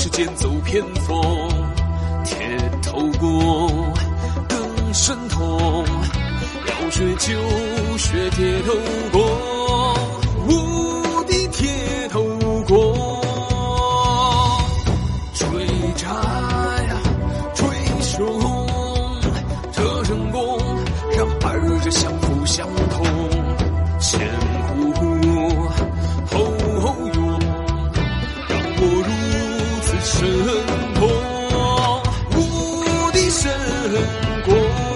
间走偏锋，铁头功更神通，要学就学铁头功，无敌铁头功。追债追凶，这成功让二者相辅相通，前呼后拥，让我如此神功，无敌神功。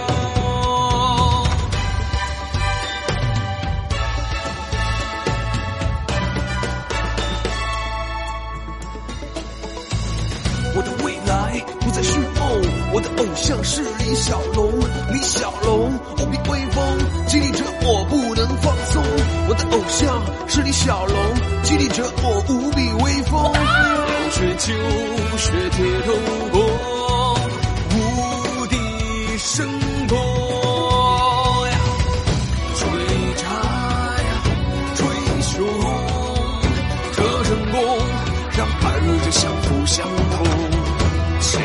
我的未来不再是梦，我的偶像是李小龙，李小龙无比威风，激励着我不能放松。我的偶像是李小龙，激励着我无比威风。要学就学铁头功，无敌神功呀！追债追凶，这成功让二者相辅相通，前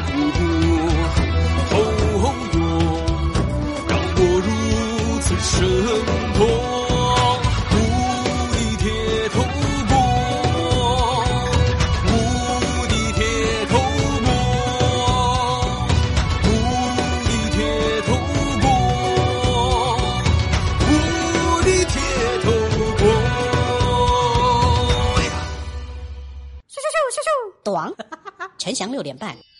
呼后拥，让我如此神功，无敌铁头功，无敌铁头功，无敌铁头功，无敌铁头功。 咻咻咻咻咻，短，陈翔6点半。